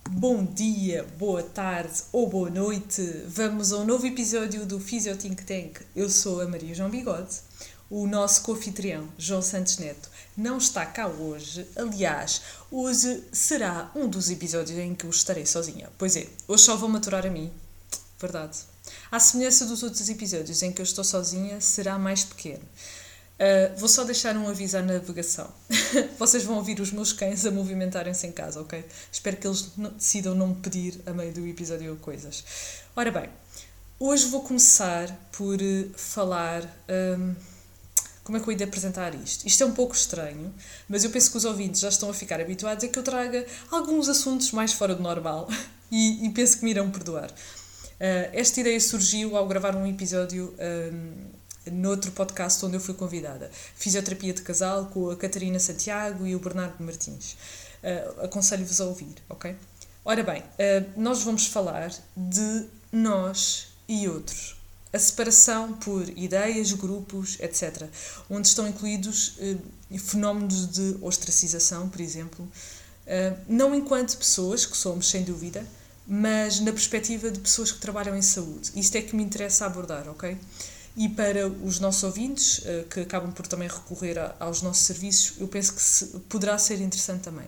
Bom dia, boa tarde ou boa noite. Vamos a um novo episódio do Physio Think Tank. Eu sou a Maria João Bigode. O nosso co-anfitrião, João Santos Neto, não está cá hoje. Aliás, hoje será um dos episódios em que eu estarei sozinha. Pois é, hoje só vou maturar a mim. Verdade. À semelhança dos outros episódios em que eu estou sozinha, será mais pequeno. Vou só deixar um aviso à navegação. Vocês vão ouvir os meus cães a movimentarem-se em casa, ok? Espero que eles decidam não me pedir a meio do episódio coisas. Ora bem, hoje vou começar por falar... como é que eu hei de apresentar isto? Isto é um pouco estranho, mas eu penso que os ouvintes já estão a ficar habituados a que eu traga alguns assuntos mais fora do normal e penso que me irão perdoar. Esta ideia surgiu ao gravar um episódio... noutro podcast onde eu fui convidada. Fisioterapia de casal com a Catarina Santiago e o Bernardo Martins. Aconselho-vos a ouvir, ok? Ora bem, nós vamos falar de nós e outros. A separação por ideias, grupos, etc. Onde estão incluídos fenómenos de ostracização, por exemplo. Não enquanto pessoas, que somos sem dúvida, mas na perspectiva de pessoas que trabalham em saúde. Isto é que me interessa abordar, ok? E para os nossos ouvintes, que acabam por também recorrer aos nossos serviços, eu penso que poderá ser interessante também.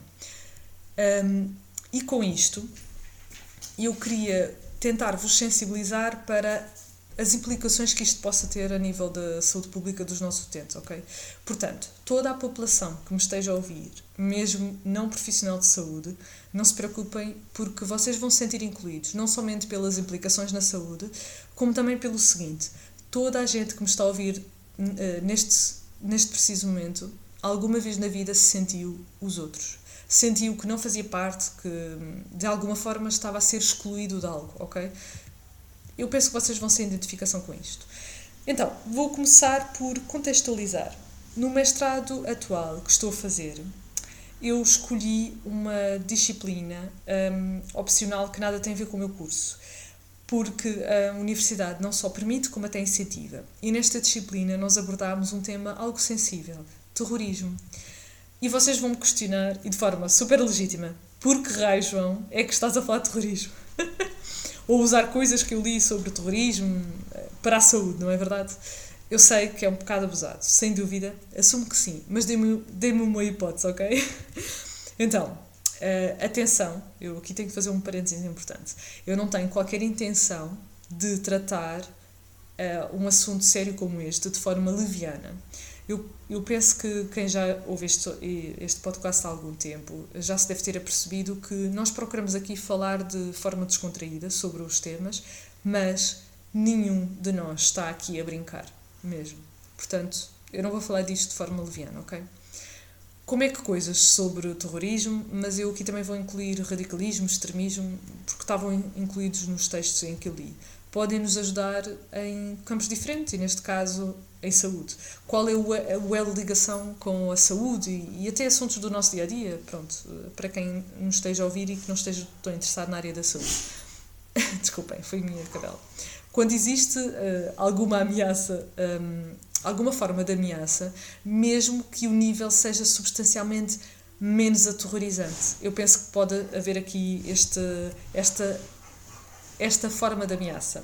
E com isto, eu queria tentar-vos sensibilizar para as implicações que isto possa ter a nível da saúde pública dos nossos utentes, ok? Portanto, toda a população que me esteja a ouvir, mesmo não profissional de saúde, não se preocupem porque vocês vão se sentir incluídos, não somente pelas implicações na saúde, como também pelo seguinte: toda a gente que me está a ouvir neste preciso momento, alguma vez na vida se sentiu os outros. Sentiu que não fazia parte, que de alguma forma estava a ser excluído de algo, ok? Eu penso que vocês vão ter identificação com isto. Então, vou começar por contextualizar. No mestrado atual que estou a fazer, eu escolhi uma disciplina opcional que nada tem a ver com o meu curso. Porque a universidade não só permite, como até incentiva. E nesta disciplina nós abordámos um tema algo sensível: terrorismo. E vocês vão me questionar, e de forma super legítima: por que raio, João, é que estás a falar de terrorismo? Ou usar coisas que eu li sobre terrorismo para a saúde, não é verdade? Eu sei que é um bocado abusado, sem dúvida, assumo que sim, mas dê-me uma hipótese, ok? Então... atenção, eu aqui tenho que fazer um parênteses importante. Eu não tenho qualquer intenção de tratar um assunto sério como este de forma leviana. Eu penso que quem já ouve este podcast há algum tempo já se deve ter apercebido que nós procuramos aqui falar de forma descontraída sobre os temas, mas nenhum de nós está aqui a brincar, mesmo. Portanto, eu não vou falar disto de forma leviana, ok? Como é que coisas sobre o terrorismo, mas eu aqui também vou incluir radicalismo, extremismo, porque estavam incluídos nos textos em que eu li. Podem nos ajudar em campos diferentes, e neste caso em saúde. Qual é o elo de ligação com a saúde e até assuntos do nosso dia-a-dia, pronto, para quem nos esteja a ouvir e que não esteja tão interessado na área da saúde. Desculpem, foi a minha cadela. Quando existe alguma ameaça... alguma forma de ameaça, mesmo que o nível seja substancialmente menos aterrorizante. Eu penso que pode haver aqui esta forma de ameaça.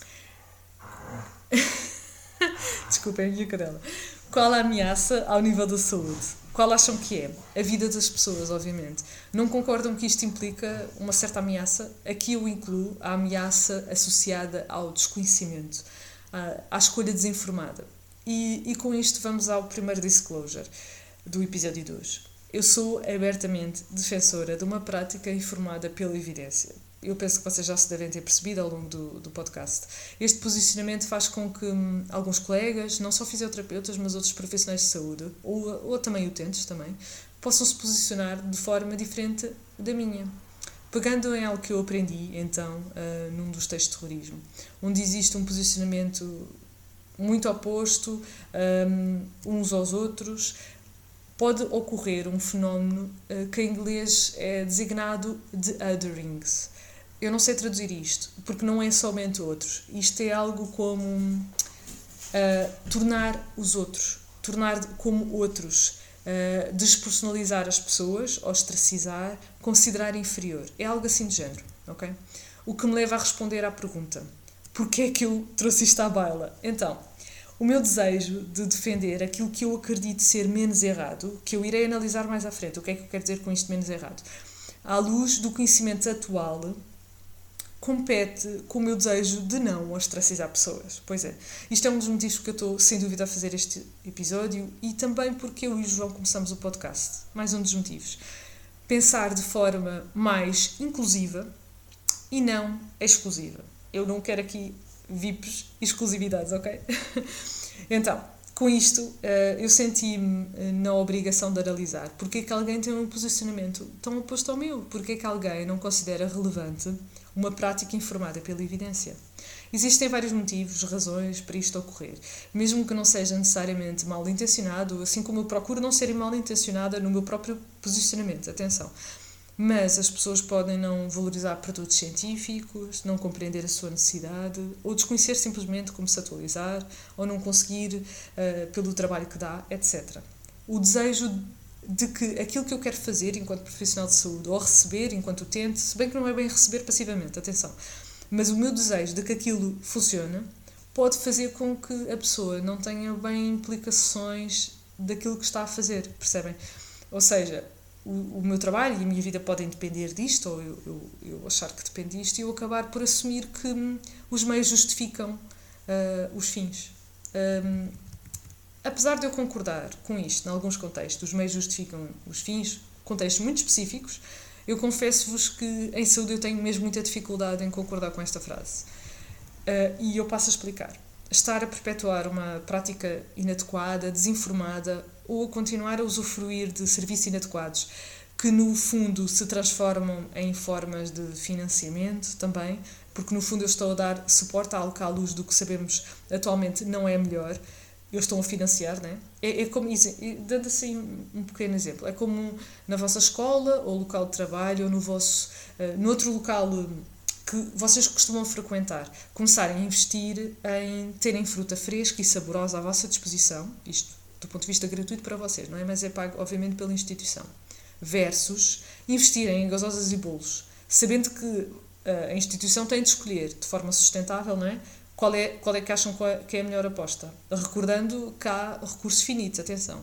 Desculpem a minha cadela. Qual a ameaça ao nível da saúde? Qual acham que é? A vida das pessoas, obviamente. Não concordam que isto implica uma certa ameaça? Aqui eu incluo a ameaça associada ao desconhecimento, à escolha desinformada. E com isto vamos ao primeiro disclosure do episódio de hoje. Eu sou abertamente defensora de uma prática informada pela evidência. Eu penso que vocês já se devem ter percebido ao longo do podcast. Este posicionamento faz com que alguns colegas, não só fisioterapeutas, mas outros profissionais de saúde, ou também utentes também, possam se posicionar de forma diferente da minha. Pegando em algo que eu aprendi, então, num dos textos de terrorismo, onde existe um posicionamento muito oposto uns aos outros, pode ocorrer um fenómeno que em inglês é designado de othering. Eu não sei traduzir isto, porque não é somente outros. Isto é algo como tornar os outros, tornar como outros, despersonalizar as pessoas, ostracizar, considerar inferior. É algo assim de género, ok? O que me leva a responder à pergunta: porquê é que eu trouxe isto à baila? Então, o meu desejo de defender aquilo que eu acredito ser menos errado, que eu irei analisar mais à frente, o que é que eu quero dizer com isto menos errado, à luz do conhecimento atual, compete com o meu desejo de não ostracizar pessoas. Pois é, isto é um dos motivos que eu estou, sem dúvida, a fazer este episódio e também porque eu e o João começamos o podcast. Mais um dos motivos. Pensar de forma mais inclusiva e não exclusiva. Eu não quero aqui VIPs e exclusividades, ok? Então, com isto, eu senti-me na obrigação de analisar porque é que alguém tem um posicionamento tão oposto ao meu, porque é que alguém não considera relevante uma prática informada pela evidência. Existem vários motivos, razões para isto ocorrer, mesmo que não seja necessariamente mal intencionado, assim como eu procuro não ser mal intencionada no meu próprio posicionamento, atenção. Mas as pessoas podem não valorizar produtos científicos, não compreender a sua necessidade, ou desconhecer simplesmente como se atualizar, ou não conseguir pelo trabalho que dá, etc. O desejo de que aquilo que eu quero fazer enquanto profissional de saúde, ou receber enquanto utente, se bem que não é bem receber passivamente, atenção, mas o meu desejo de que aquilo funcione pode fazer com que a pessoa não tenha bem implicações daquilo que está a fazer, percebem? Ou seja, o meu trabalho e a minha vida podem depender disto, ou eu achar que depende disto, e eu acabar por assumir que os meios justificam os fins. Apesar de eu concordar com isto, em alguns contextos, os meios justificam os fins, contextos muito específicos, eu confesso-vos que em saúde eu tenho mesmo muita dificuldade em concordar com esta frase. E eu passo a explicar. Estar a perpetuar uma prática inadequada, desinformada, ou a continuar a usufruir de serviços inadequados, que no fundo se transformam em formas de financiamento também, porque no fundo eu estou a dar suporte a algo que à luz do que sabemos atualmente não é melhor, eu estou a financiar, né? É como, dando assim um pequeno exemplo, é como na vossa escola, ou local de trabalho, ou no outro local que vocês costumam frequentar, começarem a investir em terem fruta fresca e saborosa à vossa disposição, isto do ponto de vista gratuito para vocês, não é? Mas é pago, obviamente, pela instituição. Versus investirem em gasosas e bolos, sabendo que a instituição tem de escolher de forma sustentável, não é? Qual é que acham que é a melhor aposta? Recordando que há recursos finitos, atenção.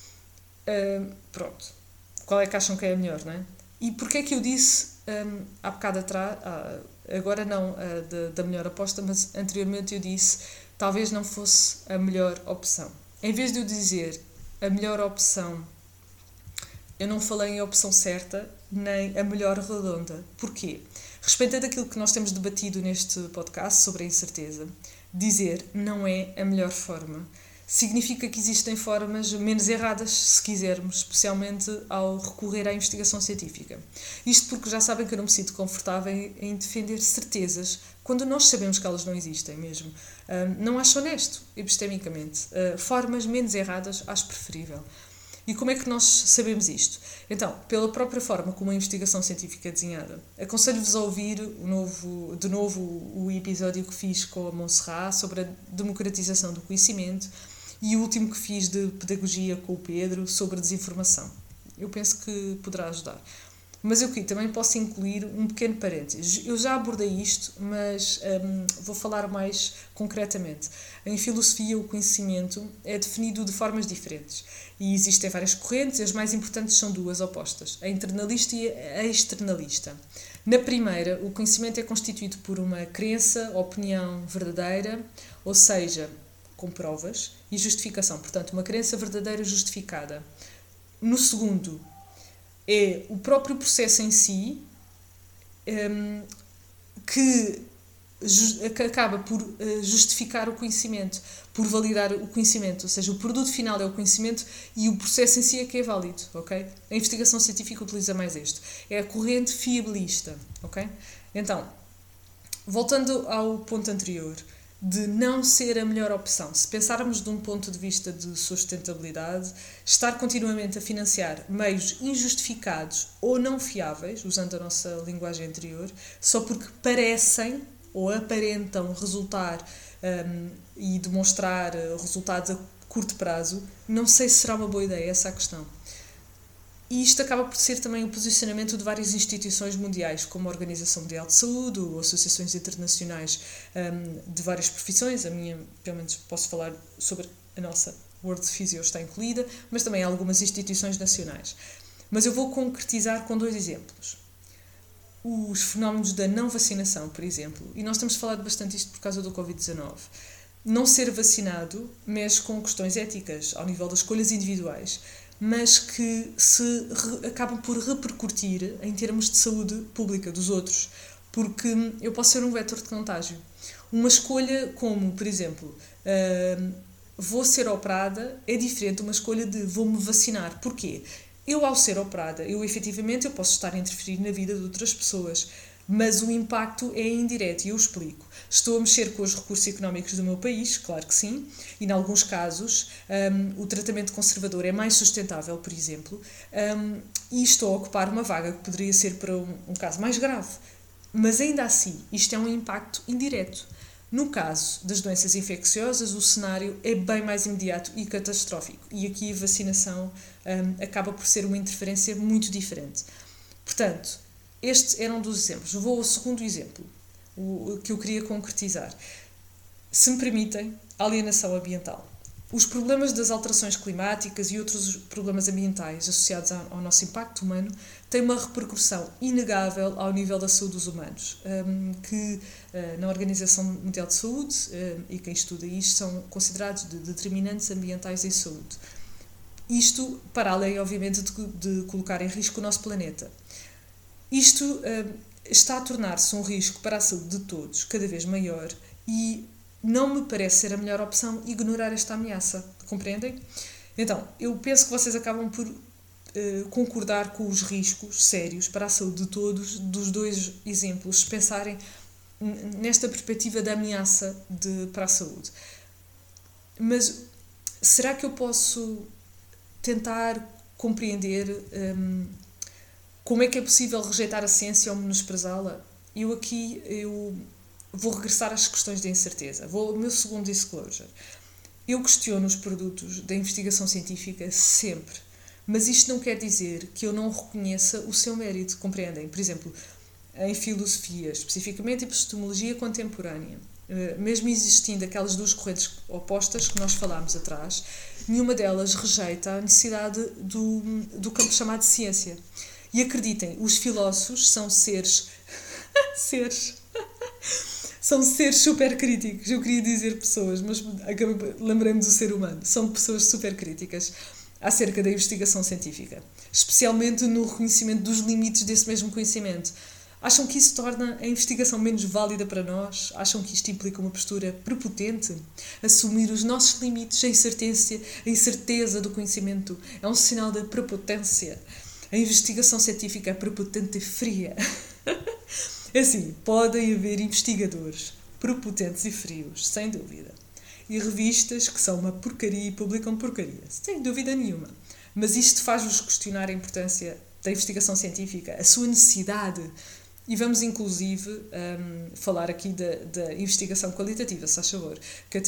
Pronto. Qual é que acham que é a melhor, não é? E porquê é que eu disse há bocado atrás, agora não da melhor aposta, mas anteriormente eu disse talvez não fosse a melhor opção. Em vez de eu dizer a melhor opção, eu não falei em opção certa, nem a melhor redonda. Porquê? Respeitando aquilo que nós temos debatido neste podcast sobre a incerteza, dizer não é a melhor forma significa que existem formas menos erradas, se quisermos, especialmente ao recorrer à investigação científica. Isto porque já sabem que eu não me sinto confortável em defender certezas quando nós sabemos que elas não existem mesmo. Não acho honesto, epistemicamente. Formas menos erradas acho preferível. E como é que nós sabemos isto? Então, pela própria forma como a investigação científica é desenhada. Aconselho-vos a ouvir de novo o episódio que fiz com a Montserrat sobre a democratização do conhecimento e o último que fiz de pedagogia com o Pedro sobre desinformação. Eu penso que poderá ajudar. Mas eu aqui também posso incluir um pequeno parênteses. Eu já abordei isto, mas vou falar mais concretamente. Em filosofia, o conhecimento é definido de formas diferentes. E existem várias correntes, e as mais importantes são duas opostas, a internalista e a externalista. Na primeira, o conhecimento é constituído por uma crença, opinião verdadeira, ou seja, com provas, e justificação. Portanto, uma crença verdadeira justificada. No segundo, é o próprio processo em si que acaba por justificar o conhecimento, por validar o conhecimento, ou seja, o produto final é o conhecimento e o processo em si é que é válido, ok? A investigação científica utiliza mais este. É a corrente fiabilista, ok? Então, voltando ao ponto anterior, de não ser a melhor opção. Se pensarmos de um ponto de vista de sustentabilidade, estar continuamente a financiar meios injustificados ou não fiáveis, usando a nossa linguagem anterior, só porque parecem ou aparentam resultar e demonstrar resultados curto prazo, não sei se será uma boa ideia, essa é a questão. E isto acaba por ser também o posicionamento de várias instituições mundiais, como a Organização Mundial de Saúde ou associações internacionais de várias profissões. A minha, pelo menos, posso falar sobre a nossa World Physio, está incluída, mas também há algumas instituições nacionais. Mas eu vou concretizar com 2 exemplos. Os fenómenos da não vacinação, por exemplo, e nós temos falado bastante isto por causa do Covid-19. Não ser vacinado mexe com questões éticas, ao nível das escolhas individuais, mas que acabam por repercutir em termos de saúde pública dos outros, porque eu posso ser um vetor de contágio. Uma escolha como, por exemplo, vou ser operada é diferente de uma escolha de vou-me vacinar. Porquê? Eu, ao ser operada, efetivamente eu posso estar a interferir na vida de outras pessoas, mas o impacto é indireto e eu explico. Estou a mexer com os recursos económicos do meu país, claro que sim, e em alguns casos o tratamento conservador é mais sustentável, por exemplo, e estou a ocupar uma vaga que poderia ser para um caso mais grave. Mas ainda assim, isto é um impacto indireto. No caso das doenças infecciosas, o cenário é bem mais imediato e catastrófico, e aqui a vacinação acaba por ser uma interferência muito diferente. Portanto, este era um dos exemplos. Vou ao segundo exemplo, o que eu queria concretizar. Se me permitem, a alienação ambiental. Os problemas das alterações climáticas e outros problemas ambientais associados ao nosso impacto humano têm uma repercussão inegável ao nível da saúde dos humanos, que na Organização Mundial de Saúde e quem estuda isto são considerados de determinantes ambientais em saúde. Isto para além, obviamente, de colocar em risco o nosso planeta. Isto está a tornar-se um risco para a saúde de todos cada vez maior e não me parece ser a melhor opção ignorar esta ameaça. Compreendem? Então, eu penso que vocês acabam por concordar com os riscos sérios para a saúde de todos dos 2 exemplos, se pensarem nesta perspectiva da ameaça para a saúde. Mas será que eu posso tentar compreender como é que é possível rejeitar a ciência ou menosprezá-la? Eu vou regressar às questões da incerteza. Vou ao meu segundo disclosure. Eu questiono os produtos da investigação científica sempre, mas isto não quer dizer que eu não reconheça o seu mérito, compreendem? Por exemplo, em filosofia, especificamente epistemologia contemporânea, mesmo existindo aquelas 2 correntes opostas que nós falámos atrás, nenhuma delas rejeita a necessidade do campo chamado ciência. E acreditem, os filósofos são seres são seres super críticos. Eu queria dizer pessoas, mas lembrei-me do ser humano. São pessoas super críticas acerca da investigação científica, especialmente no reconhecimento dos limites desse mesmo conhecimento. Acham que isso torna a investigação menos válida para nós? Acham que isto implica uma postura prepotente? Assumir os nossos limites, a incerteza do conhecimento é um sinal de prepotência. A investigação científica é prepotente e fria. Assim, podem haver investigadores prepotentes e frios, sem dúvida. E revistas que são uma porcaria e publicam porcaria, sem dúvida nenhuma. Mas isto faz-vos questionar a importância da investigação científica, a sua necessidade. E vamos, inclusive, falar aqui da investigação qualitativa, se faz favor, que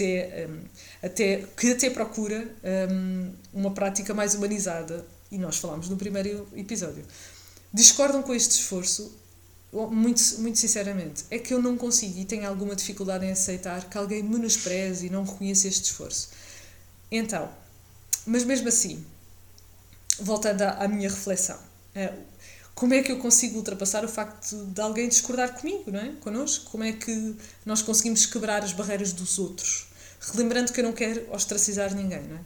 até procura uma prática mais humanizada. E nós falámos no primeiro episódio. Discordam com este esforço? Muito, muito sinceramente, é que eu não consigo e tenho alguma dificuldade em aceitar que alguém menospreze e não reconheça este esforço. Então, mas mesmo assim, voltando à minha reflexão, como é que eu consigo ultrapassar o facto de alguém discordar comigo, não é? Connosco? Como é que nós conseguimos quebrar as barreiras dos outros? Relembrando que eu não quero ostracizar ninguém, não é?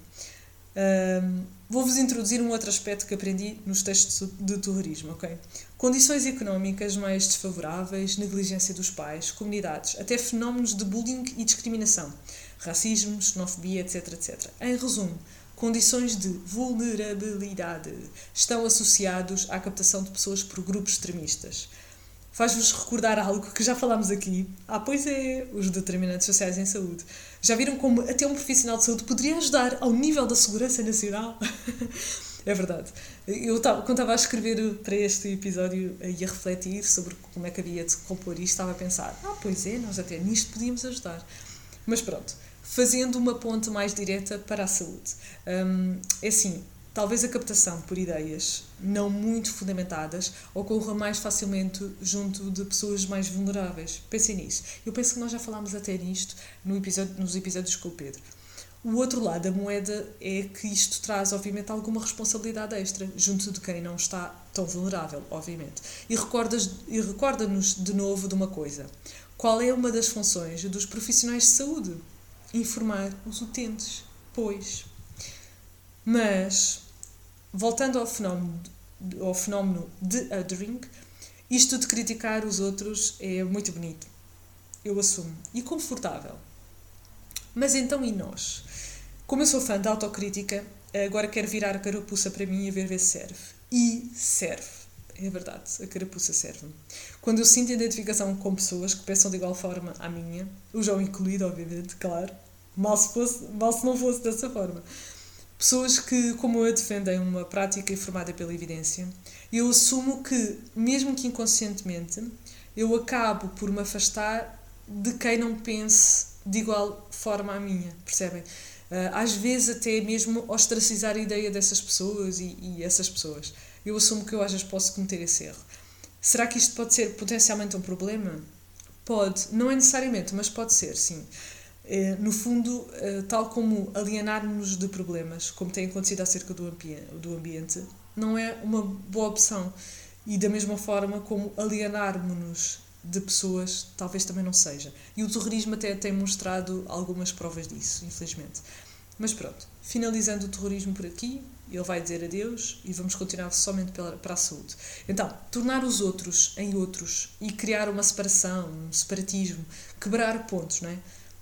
Vou-vos introduzir um outro aspecto que aprendi nos textos de terrorismo, ok? Condições económicas mais desfavoráveis, negligência dos pais, comunidades, até fenómenos de bullying e discriminação, racismo, xenofobia, etc, etc. Em resumo, condições de vulnerabilidade estão associados à captação de pessoas por grupos extremistas. Faz-vos recordar algo que já falámos aqui. Pois é, os determinantes sociais em saúde. Já viram como até um profissional de saúde poderia ajudar ao nível da segurança nacional? É verdade. Eu, quando estava a escrever para este episódio e a refletir sobre como é que havia de compor isto, estava a pensar, pois é, nós até nisto podíamos ajudar. Mas pronto, fazendo uma ponte mais direta para a saúde. É assim, talvez a captação por ideias não muito fundamentadas ocorra mais facilmente junto de pessoas mais vulneráveis. Pensem nisso. Eu penso que nós já falámos até nisto nos episódios com o Pedro. O outro lado da moeda é que isto traz, obviamente, alguma responsabilidade extra junto de quem não está tão vulnerável, obviamente. E recorda-nos de novo de uma coisa. Qual é uma das funções dos profissionais de saúde? Informar os utentes, pois. Mas, voltando ao fenómeno de othering, isto de criticar os outros é muito bonito. Eu assumo. E confortável. Mas então e nós? Como eu sou fã da autocrítica, agora quero virar a carapuça para mim e ver se serve. E serve. É verdade, a carapuça serve-me. Quando eu sinto identificação com pessoas que pensam de igual forma à minha, o João incluído, obviamente, claro, mal se não fosse dessa forma. Pessoas que, como eu, defendem uma prática informada pela evidência, eu assumo que, mesmo que inconscientemente, eu acabo por me afastar de quem não pense de igual forma à minha, percebem? Às vezes até mesmo ostracizar a ideia dessas pessoas e essas pessoas. Eu assumo que eu às vezes posso cometer esse erro. Será que isto pode ser potencialmente um problema? Pode. Não é necessariamente, mas pode ser, sim. No fundo, tal como alienar-nos de problemas, como tem acontecido acerca do ambiente, não é uma boa opção. E da mesma forma como alienar-nos de pessoas, talvez também não seja. E o terrorismo até tem mostrado algumas provas disso, infelizmente. Mas pronto, finalizando o terrorismo por aqui, ele vai dizer adeus e vamos continuar somente para a saúde. Então, tornar os outros em outros e criar uma separação, um separatismo, quebrar pontos, não é?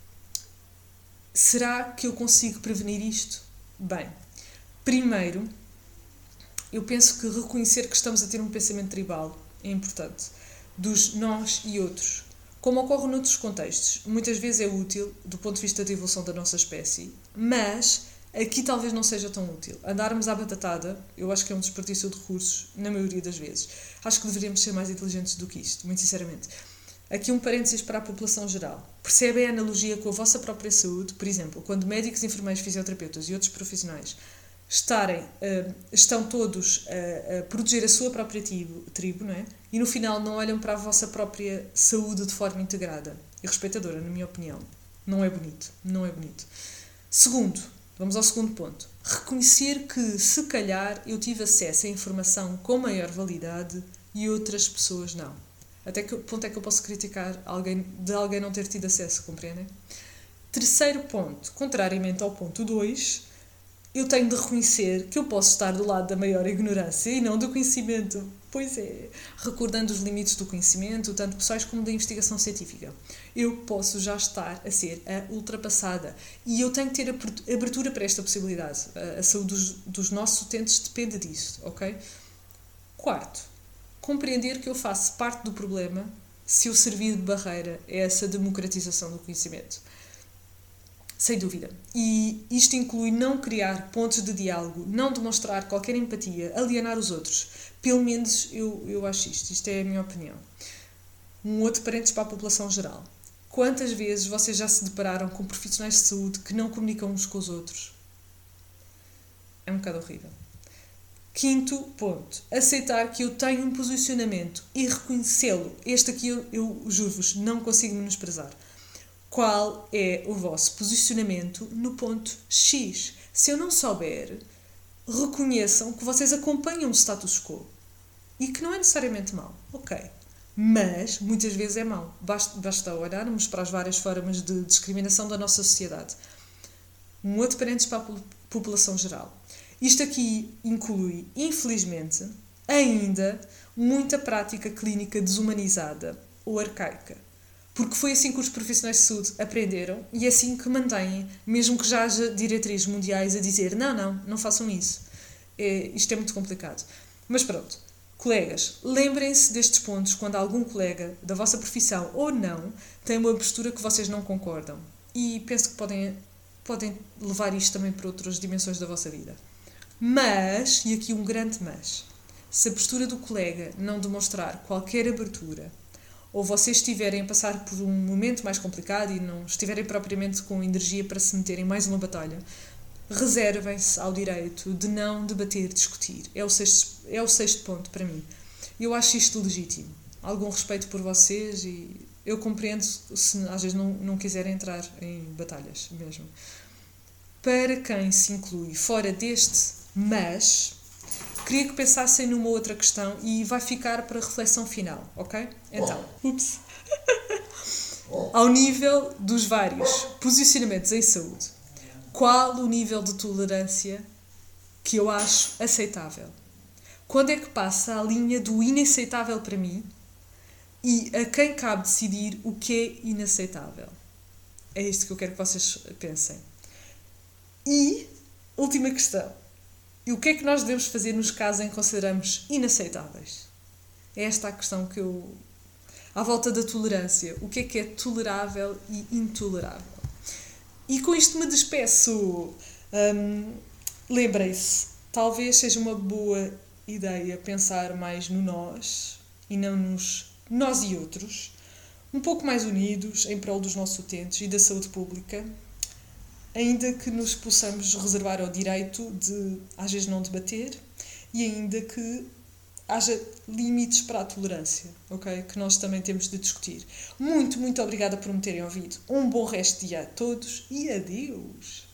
Será que eu consigo prevenir isto? Bem, primeiro, eu penso que reconhecer que estamos a ter um pensamento tribal é importante. Dos nós e outros. Como ocorre noutros contextos, muitas vezes é útil do ponto de vista da evolução da nossa espécie, mas aqui talvez não seja tão útil. Andarmos à batatada, eu acho que é um desperdício de recursos, na maioria das vezes. Acho que deveríamos ser mais inteligentes do que isto, muito sinceramente. Aqui um parênteses para a população geral. Percebem a analogia com a vossa própria saúde? Por exemplo, quando médicos, enfermeiros, fisioterapeutas e outros profissionais estão todos a proteger a sua própria tribo, não é? E no final não olham para a vossa própria saúde de forma integrada e respeitadora, na minha opinião. Não é bonito. Não é bonito. Segundo, vamos ao segundo ponto. Reconhecer que, se calhar, eu tive acesso à informação com maior validade e outras pessoas não. Até que ponto é que eu posso criticar alguém não ter tido acesso, compreendem? Terceiro ponto, contrariamente ao ponto 2, eu tenho de reconhecer que eu posso estar do lado da maior ignorância e não do conhecimento. Pois é, recordando os limites do conhecimento, tanto pessoais como da investigação científica. Eu posso já estar a ser ultrapassada e eu tenho que ter abertura para esta possibilidade. A saúde dos nossos utentes depende disso, ok? Quarto, compreender que eu faço parte do problema se eu servir de barreira a essa democratização do conhecimento. Sem dúvida. E isto inclui não criar pontos de diálogo, não demonstrar qualquer empatia, alienar os outros. Pelo menos eu acho isto. Isto é a minha opinião. Um outro parênteses para a população geral. Quantas vezes vocês já se depararam com profissionais de saúde que não comunicam uns com os outros? É um bocado horrível. Quinto ponto. Aceitar que eu tenho um posicionamento e reconhecê-lo. Este aqui eu juro-vos, não consigo menosprezar. Qual é o vosso posicionamento no ponto X? Se eu não souber, reconheçam que vocês acompanham o status quo. E que não é necessariamente mau. Ok. Mas, muitas vezes é mau. Basta olharmos para as várias formas de discriminação da nossa sociedade. Um outro parênteses para a população geral. Isto aqui inclui, infelizmente, ainda muita prática clínica desumanizada ou arcaica. Porque foi assim que os profissionais de saúde aprenderam e é assim que mantêm, mesmo que já haja diretrizes mundiais a dizer não façam isso. Isto é muito complicado. Mas pronto, colegas, lembrem-se destes pontos quando algum colega da vossa profissão ou não tem uma postura que vocês não concordam. E penso que podem levar isto também para outras dimensões da vossa vida. Mas, e aqui um grande mas, se a postura do colega não demonstrar qualquer abertura ou vocês estiverem a passar por um momento mais complicado e não estiverem propriamente com energia para se meterem em mais uma batalha, reservem-se ao direito de não debater, discutir. É o sexto ponto para mim. Eu acho isto legítimo. Algum respeito por vocês e eu compreendo se às vezes não quiserem entrar em batalhas mesmo. Para quem se inclui fora deste, mas queria que pensassem numa outra questão e vai ficar para reflexão final, ok? Então, ao nível dos vários posicionamentos em saúde, qual o nível de tolerância que eu acho aceitável? Quando é que passa a linha do inaceitável para mim e a quem cabe decidir o que é inaceitável? É isto que eu quero que vocês pensem. E, última questão. E o que é que nós devemos fazer nos casos em que consideramos inaceitáveis? É esta a questão que eu... À volta da tolerância. O que é tolerável e intolerável? E com isto me despeço. Lembrem-se, talvez seja uma boa ideia pensar mais no nós e não nos nós e outros, um pouco mais unidos em prol dos nossos utentes e da saúde pública, ainda que nos possamos reservar ao direito de, às vezes, não debater e ainda que haja limites para a tolerância, ok? Que nós também temos de discutir. Muito, muito obrigada por me terem ouvido. Um bom resto de dia a todos e adeus!